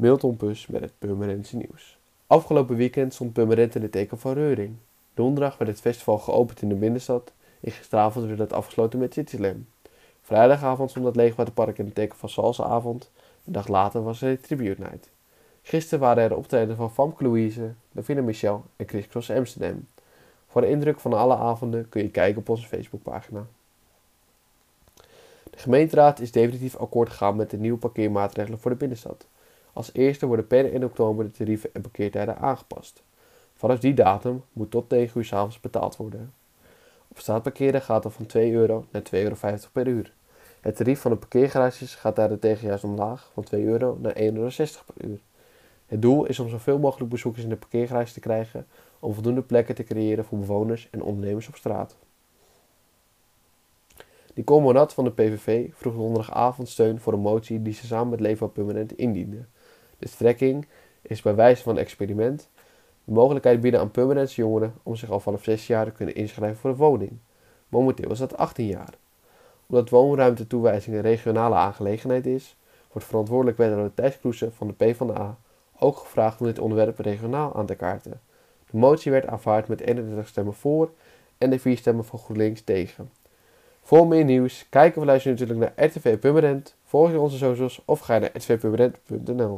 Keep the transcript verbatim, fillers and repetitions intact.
Milton Pus met het Purmerendse nieuws. Afgelopen weekend stond Purmerend in het teken van reuring. Donderdag werd het festival geopend in de binnenstad en gisteravond werd het afgesloten met City Slam. Vrijdagavond stond het Leegwaterpark in het teken van Salsa-avond. Een dag later was er Tribute Night. Gisteren waren er optredens van Famke Louise, Davina Michel en Chris Cross Amsterdam. Voor de indruk van alle avonden kun je kijken op onze Facebookpagina. De gemeenteraad is definitief akkoord gegaan met de nieuwe parkeermaatregelen voor de binnenstad. Als eerste worden per één oktober de tarieven en parkeertijden aangepast. Vanaf die datum moet tot negen uur 's avonds betaald worden. Op straat parkeren gaat het van twee euro naar twee euro vijftig per uur. Het tarief van de parkeergarages gaat daarentegen juist omlaag van twee euro naar één euro zestig per uur. Het doel is om zoveel mogelijk bezoekers in de parkeergarage te krijgen om voldoende plekken te creëren voor bewoners en ondernemers op straat. Nicole Monat van de P V V vroeg donderdagavond steun voor een motie die ze samen met Leefbaar Purmerend indiende. De strekking is bij wijze van experiment de mogelijkheid bieden aan Purmerendse jongeren om zich al vanaf zes jaar te kunnen inschrijven voor een woning. Momenteel is dat achttien jaar. Omdat woonruimtetoewijzing een regionale aangelegenheid is, wordt verantwoordelijk wethouder Thijs Kroesen van de PvdA ook gevraagd om dit onderwerp regionaal aan te kaarten. De motie werd aanvaard met eenendertig stemmen voor en de vier stemmen van GroenLinks tegen. Voor meer nieuws, kijk of luister natuurlijk naar R T V Purmerend, volg je onze socials of ga je naar r t v purmerend punt n l.